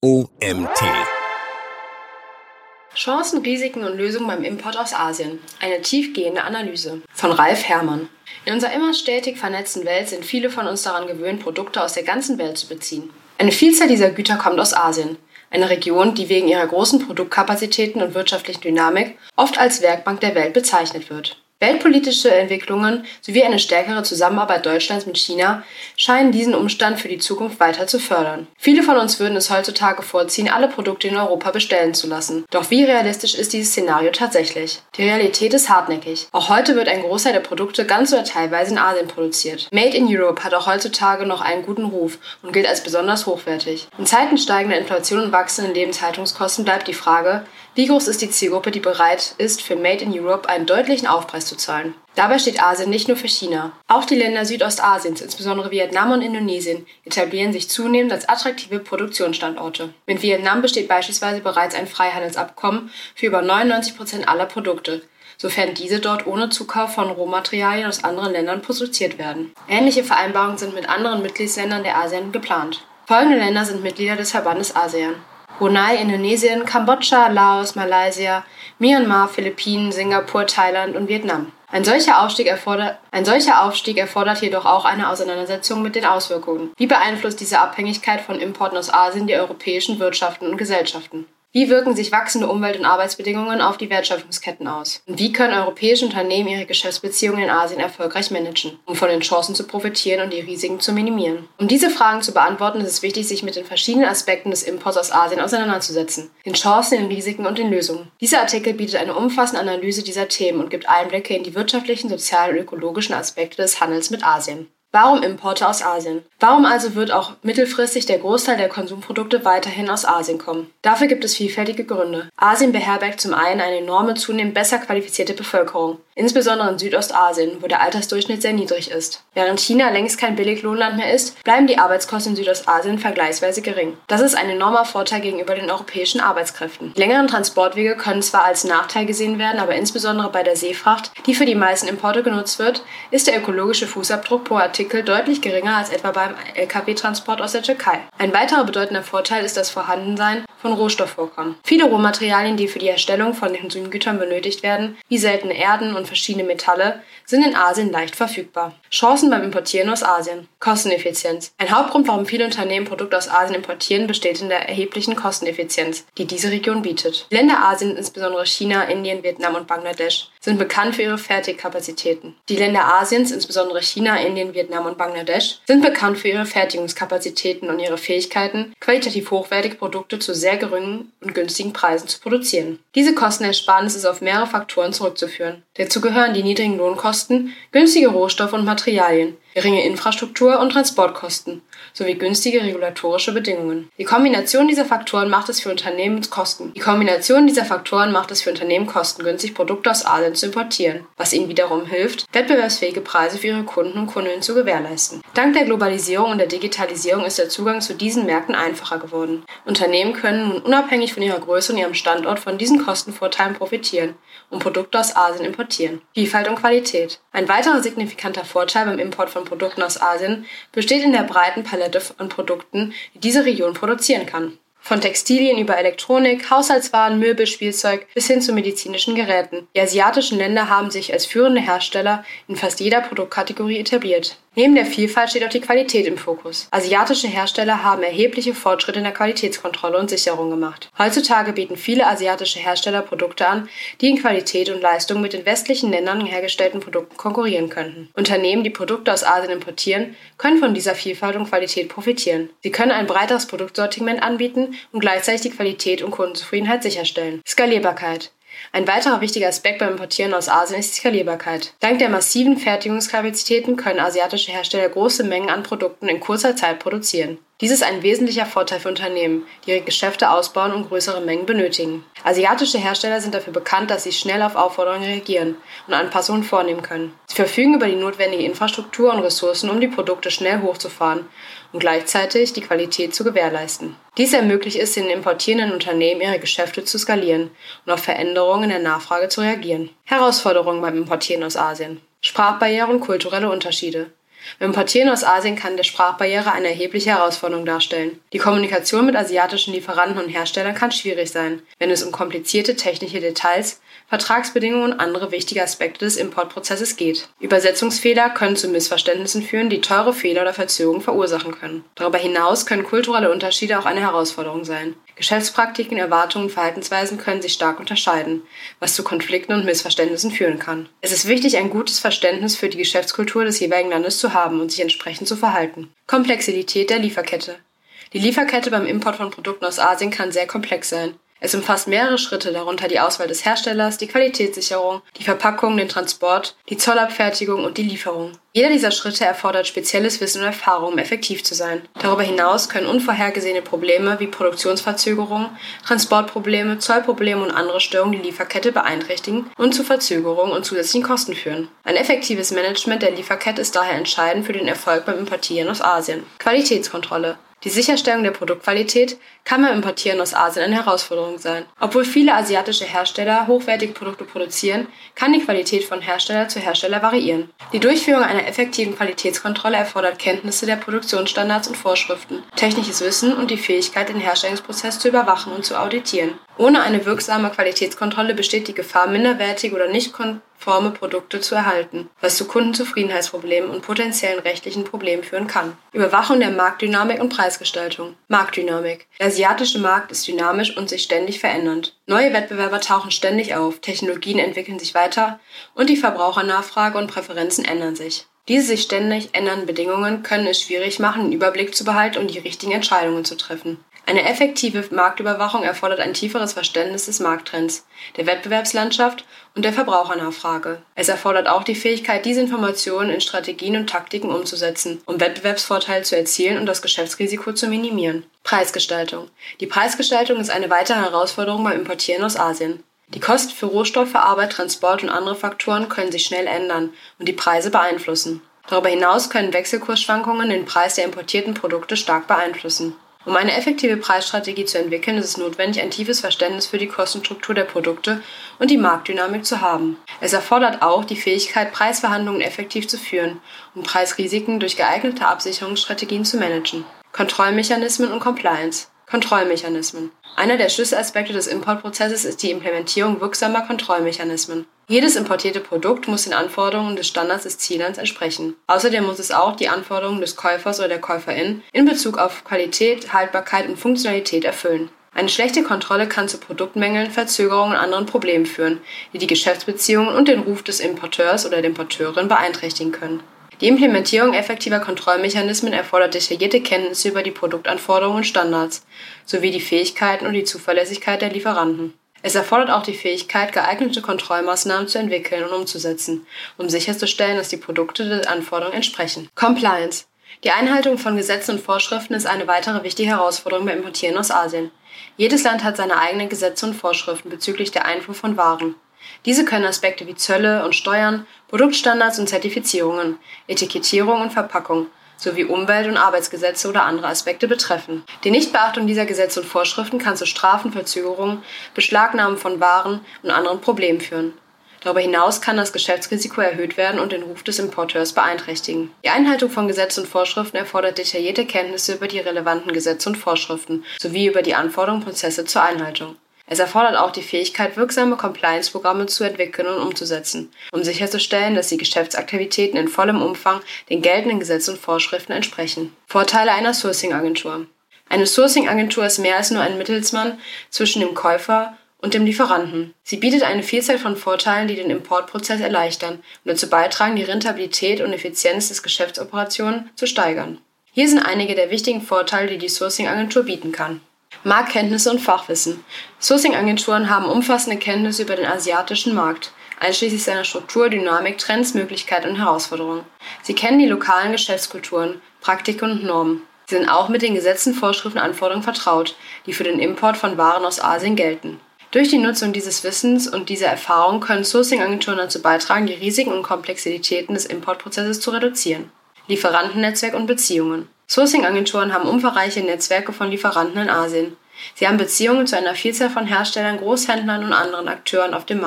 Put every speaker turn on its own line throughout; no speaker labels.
OMT.
Chancen, Risiken und Lösungen beim Import aus Asien. Eine tiefgehende Analyse. Von Ralf Herrmann. In unserer immer stetig vernetzten Welt sind viele von uns daran gewöhnt, Produkte aus der ganzen Welt zu beziehen. Eine Vielzahl dieser Güter kommt aus Asien. Eine Region, die wegen ihrer großen Produktkapazitäten und wirtschaftlichen Dynamik oft als Werkbank der Welt bezeichnet wird. Weltpolitische Entwicklungen sowie eine stärkere Zusammenarbeit Deutschlands mit China scheinen diesen Umstand für die Zukunft weiter zu fördern. Viele von uns würden es heutzutage vorziehen, alle Produkte in Europa bestellen zu lassen. Doch wie realistisch ist dieses Szenario tatsächlich? Die Realität ist hartnäckig. Auch heute wird ein Großteil der Produkte ganz oder teilweise in Asien produziert. Made in Europe hat auch heutzutage noch einen guten Ruf und gilt als besonders hochwertig. In Zeiten steigender Inflation und wachsenden Lebenshaltungskosten bleibt die Frage, wie groß ist die Zielgruppe, die bereit ist, für Made in Europe einen deutlichen Aufpreis zu zahlen. Dabei steht Asien nicht nur für China. Auch die Länder Südostasiens, insbesondere Vietnam und Indonesien, etablieren sich zunehmend als attraktive Produktionsstandorte. Mit Vietnam besteht beispielsweise bereits ein Freihandelsabkommen für über 99% aller Produkte, sofern diese dort ohne Zukauf von Rohmaterialien aus anderen Ländern produziert werden. Ähnliche Vereinbarungen sind mit anderen Mitgliedsländern der ASEAN geplant. Folgende Länder sind Mitglieder des Verbandes ASEAN: Brunei, Indonesien, Kambodscha, Laos, Malaysia, Myanmar, Philippinen, Singapur, Thailand und Vietnam. Ein solcher Aufstieg erfordert jedoch auch eine Auseinandersetzung mit den Auswirkungen. Wie beeinflusst diese Abhängigkeit von Importen aus Asien die europäischen Wirtschaften und Gesellschaften? Wie wirken sich wachsende Umwelt- und Arbeitsbedingungen auf die Wertschöpfungsketten aus? Und wie können europäische Unternehmen ihre Geschäftsbeziehungen in Asien erfolgreich managen, um von den Chancen zu profitieren und die Risiken zu minimieren? Um diese Fragen zu beantworten, ist es wichtig, sich mit den verschiedenen Aspekten des Imports aus Asien auseinanderzusetzen, den Chancen, den Risiken und den Lösungen. Dieser Artikel bietet eine umfassende Analyse dieser Themen und gibt Einblicke in die wirtschaftlichen, sozialen und ökologischen Aspekte des Handels mit Asien. Warum Importe aus Asien? Warum also wird auch mittelfristig der Großteil der Konsumprodukte weiterhin aus Asien kommen? Dafür gibt es vielfältige Gründe. Asien beherbergt zum einen eine enorme, zunehmend besser qualifizierte Bevölkerung, insbesondere in Südostasien, wo der Altersdurchschnitt sehr niedrig ist. Während China längst kein Billiglohnland mehr ist, bleiben die Arbeitskosten in Südostasien vergleichsweise gering. Das ist ein enormer Vorteil gegenüber den europäischen Arbeitskräften. Die längeren Transportwege können zwar als Nachteil gesehen werden, aber insbesondere bei der Seefracht, die für die meisten Importe genutzt wird, ist der ökologische Fußabdruck pro Artikel deutlich geringer als etwa beim Lkw-Transport aus der Türkei. Ein weiterer bedeutender Vorteil ist das Vorhandensein von Rohstoffvorkommen. Viele Rohmaterialien, die für die Herstellung von Konsumgütern benötigt werden, wie seltene Erden und verschiedene Metalle, sind in Asien leicht verfügbar. Chancen beim Importieren aus Asien. Kosteneffizienz. Ein Hauptgrund, warum viele Unternehmen Produkte aus Asien importieren, besteht in der erheblichen Kosteneffizienz, die diese Region bietet. Die Länder Asiens, insbesondere China, Indien, Vietnam und Bangladesch, sind bekannt für ihre Fertigkapazitäten. Die Länder Asiens, insbesondere China, Indien, Vietnam und Bangladesch, sind bekannt für ihre Fertigungskapazitäten und ihre Fähigkeiten, qualitativ hochwertige Produkte zu sehr geringen und günstigen Preisen zu produzieren. Diese Kostenersparnis ist auf mehrere Faktoren zurückzuführen. Dazu gehören die niedrigen Lohnkosten, günstige Rohstoffe und Materialien, geringe Infrastruktur- und Transportkosten sowie günstige regulatorische Bedingungen. Die Kombination dieser Faktoren macht es für Unternehmen kostengünstig, Produkte aus Asien zu importieren, was ihnen wiederum hilft, wettbewerbsfähige Preise für ihre Kunden und Kundinnen zu gewährleisten. Dank der Globalisierung und der Digitalisierung ist der Zugang zu diesen Märkten einfacher geworden. Unternehmen können nun unabhängig von ihrer Größe und ihrem Standort von diesen Kostenvorteilen profitieren und Produkte aus Asien importieren. Vielfalt und Qualität. Ein weiterer signifikanter Vorteil beim Import von Produkten aus Asien besteht in der breiten Palette an Produkten, die diese Region produzieren kann. Von Textilien über Elektronik, Haushaltswaren, Möbel, Spielzeug bis hin zu medizinischen Geräten. Die asiatischen Länder haben sich als führende Hersteller in fast jeder Produktkategorie etabliert. Neben der Vielfalt steht auch die Qualität im Fokus. Asiatische Hersteller haben erhebliche Fortschritte in der Qualitätskontrolle und Sicherung gemacht. Heutzutage bieten viele asiatische Hersteller Produkte an, die in Qualität und Leistung mit den westlichen Ländern hergestellten Produkten konkurrieren könnten. Unternehmen, die Produkte aus Asien importieren, können von dieser Vielfalt und Qualität profitieren. Sie können ein breiteres Produktsortiment anbieten und gleichzeitig die Qualität und Kundenzufriedenheit sicherstellen. Skalierbarkeit. Ein weiterer wichtiger Aspekt beim Importieren aus Asien ist die Skalierbarkeit. Dank der massiven Fertigungskapazitäten können asiatische Hersteller große Mengen an Produkten in kurzer Zeit produzieren. Dies ist ein wesentlicher Vorteil für Unternehmen, die ihre Geschäfte ausbauen und größere Mengen benötigen. Asiatische Hersteller sind dafür bekannt, dass sie schnell auf Aufforderungen reagieren und Anpassungen vornehmen können. Sie verfügen über die notwendige Infrastruktur und Ressourcen, um die Produkte schnell hochzufahren und gleichzeitig die Qualität zu gewährleisten. Dies ermöglicht es den importierenden Unternehmen, ihre Geschäfte zu skalieren und auf Veränderungen in der Nachfrage zu reagieren. Herausforderungen beim Importieren aus Asien. Sprachbarrieren und kulturelle Unterschiede. Beim Importieren aus Asien kann der Sprachbarriere eine erhebliche Herausforderung darstellen. Die Kommunikation mit asiatischen Lieferanten und Herstellern kann schwierig sein, wenn es um komplizierte technische Details, Vertragsbedingungen und andere wichtige Aspekte des Importprozesses geht. Übersetzungsfehler können zu Missverständnissen führen, die teure Fehler oder Verzögerungen verursachen können. Darüber hinaus können kulturelle Unterschiede auch eine Herausforderung sein. Geschäftspraktiken, Erwartungen und Verhaltensweisen können sich stark unterscheiden, was zu Konflikten und Missverständnissen führen kann. Es ist wichtig, ein gutes Verständnis für die Geschäftskultur des jeweiligen Landes zu haben und sich entsprechend zu verhalten. Komplexität der Lieferkette. Die Lieferkette beim Import von Produkten aus Asien kann sehr komplex sein. Es umfasst mehrere Schritte, darunter die Auswahl des Herstellers, die Qualitätssicherung, die Verpackung, den Transport, die Zollabfertigung und die Lieferung. Jeder dieser Schritte erfordert spezielles Wissen und Erfahrung, um effektiv zu sein. Darüber hinaus können unvorhergesehene Probleme wie Produktionsverzögerungen, Transportprobleme, Zollprobleme und andere Störungen die Lieferkette beeinträchtigen und zu Verzögerungen und zusätzlichen Kosten führen. Ein effektives Management der Lieferkette ist daher entscheidend für den Erfolg beim Importieren aus Asien. Qualitätskontrolle. Die Sicherstellung der Produktqualität kann beim Importieren aus Asien eine Herausforderung sein. Obwohl viele asiatische Hersteller hochwertige Produkte produzieren, kann die Qualität von Hersteller zu Hersteller variieren. Die Durchführung einer effektiven Qualitätskontrolle erfordert Kenntnisse der Produktionsstandards und Vorschriften, technisches Wissen und die Fähigkeit, den Herstellungsprozess zu überwachen und zu auditieren. Ohne eine wirksame Qualitätskontrolle besteht die Gefahr, minderwertige oder nicht konforme Produkte zu erhalten, was zu Kundenzufriedenheitsproblemen und potenziellen rechtlichen Problemen führen kann. Überwachung der Marktdynamik und Preisgestaltung. Marktdynamik. Der asiatische Markt ist dynamisch und sich ständig verändernd. Neue Wettbewerber tauchen ständig auf, Technologien entwickeln sich weiter und die Verbrauchernachfrage und Präferenzen ändern sich. Diese sich ständig ändernden Bedingungen können es schwierig machen, den Überblick zu behalten und die richtigen Entscheidungen zu treffen. Eine effektive Marktüberwachung erfordert ein tieferes Verständnis des Markttrends, der Wettbewerbslandschaft und der Verbrauchernachfrage. Es erfordert auch die Fähigkeit, diese Informationen in Strategien und Taktiken umzusetzen, um Wettbewerbsvorteile zu erzielen und das Geschäftsrisiko zu minimieren. Preisgestaltung. Die Preisgestaltung ist eine weitere Herausforderung beim Importieren aus Asien. Die Kosten für Rohstoffe, Arbeit, Transport und andere Faktoren können sich schnell ändern und die Preise beeinflussen. Darüber hinaus können Wechselkursschwankungen den Preis der importierten Produkte stark beeinflussen. Um eine effektive Preisstrategie zu entwickeln, ist es notwendig, ein tiefes Verständnis für die Kostenstruktur der Produkte und die Marktdynamik zu haben. Es erfordert auch die Fähigkeit, Preisverhandlungen effektiv zu führen und Preisrisiken durch geeignete Absicherungsstrategien zu managen. Kontrollmechanismen und Compliance. Kontrollmechanismen. Einer der Schlüsselaspekte des Importprozesses ist die Implementierung wirksamer Kontrollmechanismen. Jedes importierte Produkt muss den Anforderungen des Standards des Ziellands entsprechen. Außerdem muss es auch die Anforderungen des Käufers oder der Käuferin in Bezug auf Qualität, Haltbarkeit und Funktionalität erfüllen. Eine schlechte Kontrolle kann zu Produktmängeln, Verzögerungen und anderen Problemen führen, die die Geschäftsbeziehungen und den Ruf des Importeurs oder der Importeurin beeinträchtigen können. Die Implementierung effektiver Kontrollmechanismen erfordert detaillierte Kenntnisse über die Produktanforderungen und Standards, sowie die Fähigkeiten und die Zuverlässigkeit der Lieferanten. Es erfordert auch die Fähigkeit, geeignete Kontrollmaßnahmen zu entwickeln und umzusetzen, um sicherzustellen, dass die Produkte den Anforderungen entsprechen. Compliance. Die Einhaltung von Gesetzen und Vorschriften ist eine weitere wichtige Herausforderung beim Importieren aus Asien. Jedes Land hat seine eigenen Gesetze und Vorschriften bezüglich der Einfuhr von Waren. Diese können Aspekte wie Zölle und Steuern, Produktstandards und Zertifizierungen, Etikettierung und Verpackung sowie Umwelt- und Arbeitsgesetze oder andere Aspekte betreffen. Die Nichtbeachtung dieser Gesetze und Vorschriften kann zu Strafen, Verzögerungen, Beschlagnahmen von Waren und anderen Problemen führen. Darüber hinaus kann das Geschäftsrisiko erhöht werden und den Ruf des Importeurs beeinträchtigen. Die Einhaltung von Gesetzen und Vorschriften erfordert detaillierte Kenntnisse über die relevanten Gesetze und Vorschriften sowie über die Anforderungen und Prozesse zur Einhaltung. Es erfordert auch die Fähigkeit, wirksame Compliance-Programme zu entwickeln und umzusetzen, um sicherzustellen, dass die Geschäftsaktivitäten in vollem Umfang den geltenden Gesetzen und Vorschriften entsprechen. Vorteile einer Sourcing-Agentur. Eine Sourcing-Agentur ist mehr als nur ein Mittelsmann zwischen dem Käufer und dem Lieferanten. Sie bietet eine Vielzahl von Vorteilen, die den Importprozess erleichtern und dazu beitragen, die Rentabilität und Effizienz des Geschäftsoperationen zu steigern. Hier sind einige der wichtigen Vorteile, die die Sourcing-Agentur bieten kann. Marktkenntnisse und Fachwissen. Sourcing-Agenturen haben umfassende Kenntnisse über den asiatischen Markt, einschließlich seiner Struktur, Dynamik, Trends, Möglichkeiten und Herausforderungen. Sie kennen die lokalen Geschäftskulturen, Praktiken und Normen. Sie sind auch mit den Gesetzen, Vorschriften und Anforderungen vertraut, die für den Import von Waren aus Asien gelten. Durch die Nutzung dieses Wissens und dieser Erfahrung können Sourcing-Agenturen dazu beitragen, die Risiken und Komplexitäten des Importprozesses zu reduzieren. Lieferantennetzwerk und Beziehungen. Sourcing-Agenturen haben umfangreiche Netzwerke von Lieferanten in Asien. Sie haben Beziehungen zu einer Vielzahl von Herstellern, Großhändlern und anderen Akteuren auf dem Markt.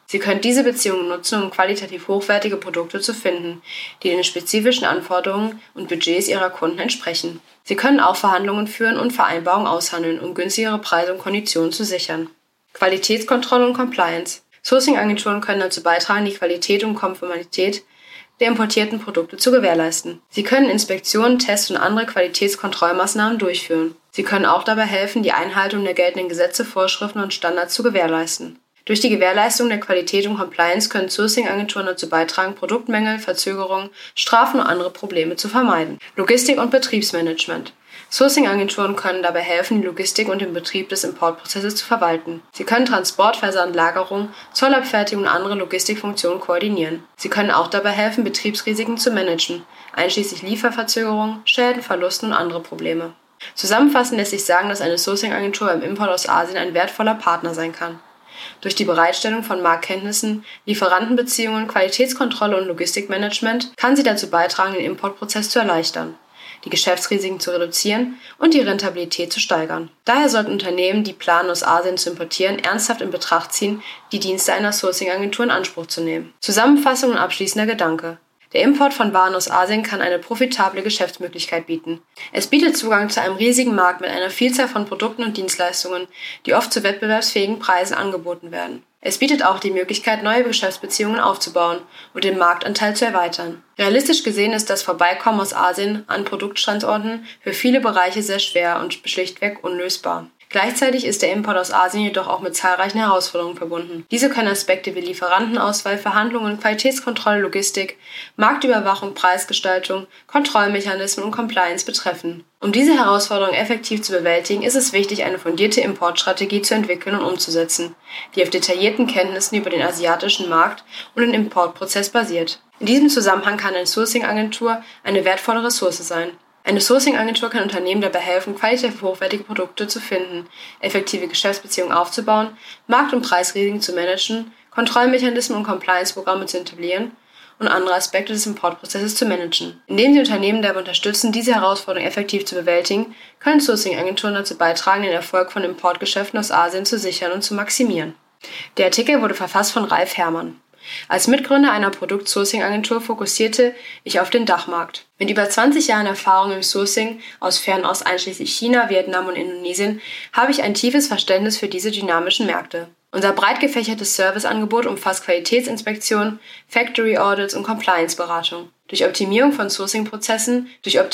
Sie können diese Beziehungen nutzen, um qualitativ hochwertige Produkte zu finden, die den spezifischen Anforderungen und Budgets Ihrer Kunden entsprechen. Sie können auch Verhandlungen führen und Vereinbarungen aushandeln, um günstigere Preise und Konditionen zu sichern. Qualitätskontrolle und Compliance. Sourcing-Agenturen können dazu beitragen, die Qualität und Konformität der importierten Produkte zu gewährleisten. Sie können Inspektionen, Tests und andere Qualitätskontrollmaßnahmen durchführen. Sie können auch dabei helfen, die Einhaltung der geltenden Gesetze, Vorschriften und Standards zu gewährleisten. Durch die Gewährleistung der Qualität und Compliance können Sourcing-Agenturen dazu beitragen, Produktmängel, Verzögerungen, Strafen und andere Probleme zu vermeiden. Logistik und Betriebsmanagement. Sourcing-Agenturen können dabei helfen, die Logistik und den Betrieb des Importprozesses zu verwalten. Sie können Transport, Versand, Lagerung, Zollabfertigung und andere Logistikfunktionen koordinieren. Sie können auch dabei helfen, Betriebsrisiken zu managen, einschließlich Lieferverzögerungen, Schäden, Verlusten und andere Probleme. Zusammenfassend lässt sich sagen, dass eine Sourcing-Agentur beim Import aus Asien ein wertvoller Partner sein kann. Durch die Bereitstellung von Marktkenntnissen, Lieferantenbeziehungen, Qualitätskontrolle und Logistikmanagement kann sie dazu beitragen, den Importprozess zu erleichtern, die Geschäftsrisiken zu reduzieren und die Rentabilität zu steigern. Daher sollten Unternehmen, die planen, aus Asien zu importieren, ernsthaft in Betracht ziehen, die Dienste einer Sourcing-Agentur in Anspruch zu nehmen. Zusammenfassung und abschließender Gedanke. Der Import von Waren aus Asien kann eine profitable Geschäftsmöglichkeit bieten. Es bietet Zugang zu einem riesigen Markt mit einer Vielzahl von Produkten und Dienstleistungen, die oft zu wettbewerbsfähigen Preisen angeboten werden. Es bietet auch die Möglichkeit, neue Geschäftsbeziehungen aufzubauen und den Marktanteil zu erweitern. Realistisch gesehen ist das Vorbeikommen aus Asien an Produktstandorten für viele Bereiche sehr schwer und schlichtweg unlösbar. Gleichzeitig ist der Import aus Asien jedoch auch mit zahlreichen Herausforderungen verbunden. Diese können Aspekte wie Lieferantenauswahl, Verhandlungen, Qualitätskontrolle, Logistik, Marktüberwachung, Preisgestaltung, Kontrollmechanismen und Compliance betreffen. Um diese Herausforderungen effektiv zu bewältigen, ist es wichtig, eine fundierte Importstrategie zu entwickeln und umzusetzen, die auf detaillierten Kenntnissen über den asiatischen Markt und den Importprozess basiert. In diesem Zusammenhang kann eine Sourcing-Agentur eine wertvolle Ressource sein. Eine Sourcing-Agentur kann Unternehmen dabei helfen, qualitativ hochwertige Produkte zu finden, effektive Geschäftsbeziehungen aufzubauen, Markt- und Preisrisiken zu managen, Kontrollmechanismen und Compliance-Programme zu etablieren und andere Aspekte des Importprozesses zu managen. Indem sie Unternehmen dabei unterstützen, diese Herausforderungen effektiv zu bewältigen, können Sourcing-Agenturen dazu beitragen, den Erfolg von Importgeschäften aus Asien zu sichern und zu maximieren. Der Artikel wurde verfasst von Ralf Herrmann. Als Mitgründer einer Produkt-Sourcing-Agentur fokussierte ich auf den Dachmarkt. Mit über 20 Jahren Erfahrung im Sourcing aus Fernost einschließlich China, Vietnam und Indonesien habe ich ein tiefes Verständnis für diese dynamischen Märkte. Unser breit gefächertes Serviceangebot umfasst Qualitätsinspektionen, Factory Audits und Compliance-Beratung. Durch Optimierung von Sourcing-Prozessen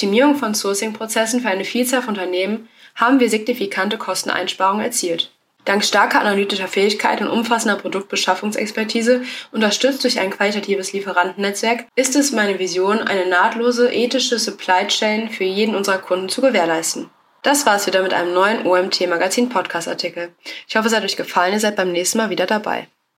für eine Vielzahl von Unternehmen haben wir signifikante Kosteneinsparungen erzielt. Dank starker analytischer Fähigkeit und umfassender Produktbeschaffungsexpertise, unterstützt durch ein qualitatives Lieferantennetzwerk, ist es meine Vision, eine nahtlose, ethische Supply Chain für jeden unserer Kunden zu gewährleisten. Das war's wieder mit einem neuen OMT Magazin Podcast Artikel. Ich hoffe, es hat euch gefallen, ihr seid beim nächsten Mal wieder dabei.